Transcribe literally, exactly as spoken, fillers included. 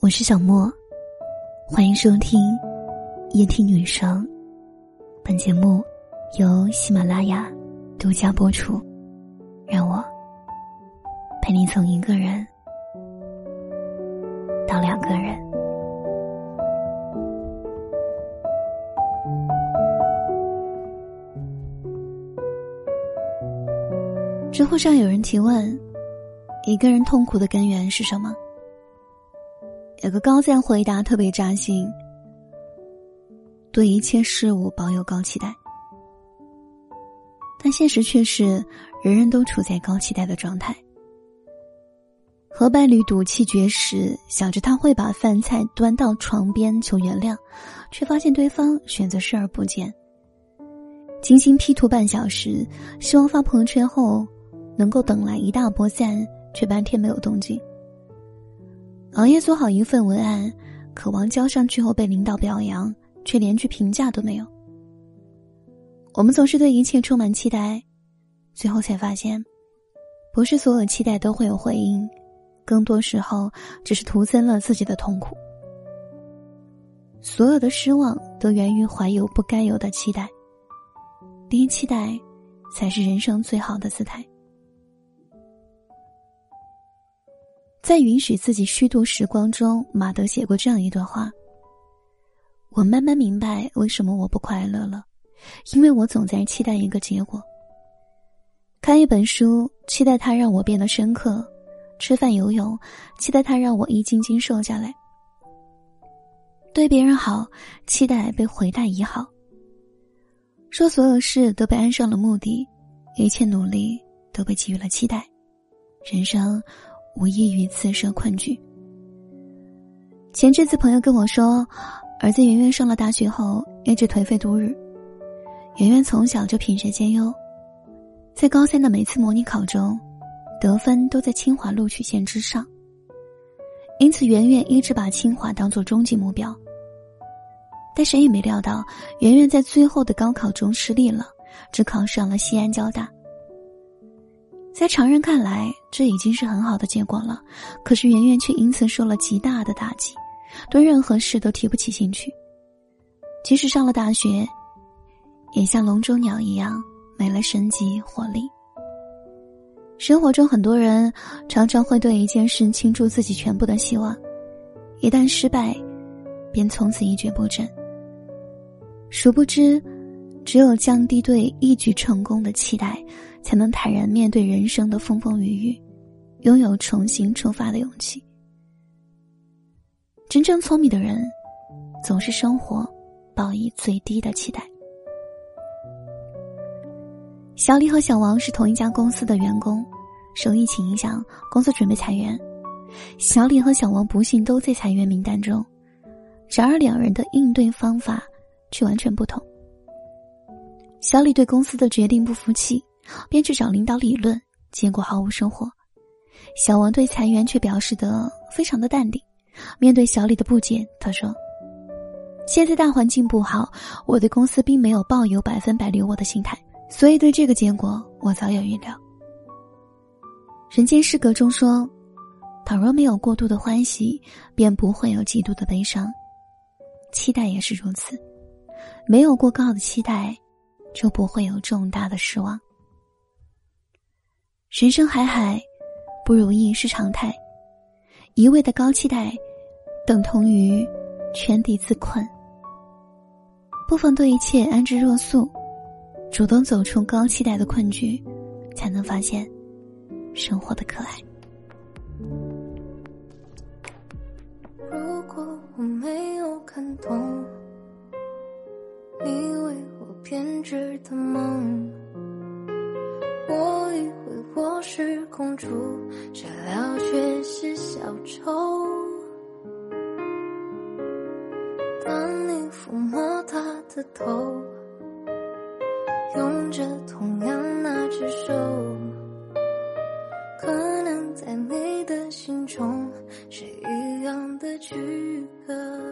我是小莫，欢迎收听夜听女生。本节目由喜马拉雅独家播出，让我陪你从一个人到两个人。知乎上有人提问，一个人痛苦的根源是什么？有个高赞回答特别扎心，对一切事物抱有高期待。但现实却是人人都处在高期待的状态。和伴侣赌气绝食，想着他会把饭菜端到床边求原谅，却发现对方选择视而不见。精心 P 图半小时，希望发朋友圈后能够等来一大波赞，却半天没有动静。熬夜做好一份文案，渴望交上去后被领导表扬，却连句评价都没有。我们总是对一切充满期待，最后才发现，不是所有期待都会有回应，更多时候只是徒增了自己的痛苦。所有的失望都源于怀有不该有的期待，低期待才是人生最好的姿态。在允许自己虚度时光中，马德写过这样一段话：我慢慢明白为什么我不快乐了，因为我总在期待一个结果。看一本书，期待它让我变得深刻；吃饭游泳，期待它让我一斤斤瘦下来；对别人好，期待被回带以好。说所有事都被安上了目的，一切努力都被给予了期待，人生无异于自设困局。前阵子朋友跟我说，儿子圆圆上了大学后一直颓废度日。圆圆从小就品学兼优，在高三的每次模拟考中，得分都在清华录取线之上，因此圆圆一直把清华当作终极目标。但谁也没料到，圆圆在最后的高考中失利了，只考上了西安交大。在常人看来，这已经是很好的结果了，可是圆圆却因此受了极大的打击，对任何事都提不起兴趣。即使上了大学，也像笼中鸟一样没了生机活力。生活中很多人常常会对一件事倾注自己全部的希望，一旦失败，便从此一蹶不振。殊不知，只有降低对一举成功的期待，才能坦然面对人生的风风雨雨，拥有重新出发的勇气。真正聪明的人，总是生活抱以最低的期待。小李和小王是同一家公司的员工，受疫情影响，公司准备裁员。小李和小王不幸都在裁员名单中，然而两人的应对方法却完全不同。小李对公司的决定不服气，便去找领导理论，结果毫无收获。小王对裁员却表示得非常的淡定，面对小李的不解，他说：现在大环境不好，我对公司并没有抱有百分百留我的心态，所以对这个结果我早有预料。人间失格中说，倘若没有过度的欢喜，便不会有极度的悲伤。期待也是如此，没有过高的期待，就不会有重大的失望。人生海海，不如意是常态，一味的高期待等同于圈地自困。不妨对一切安之若素，主动走出高期待的困局，才能发现生活的可爱。 如果我没有看懂你为我编织的梦，我以为我是公主，谁料却是小丑。当你抚摸她的头，用着同样那只手，可能在你的心中是一样的躯壳。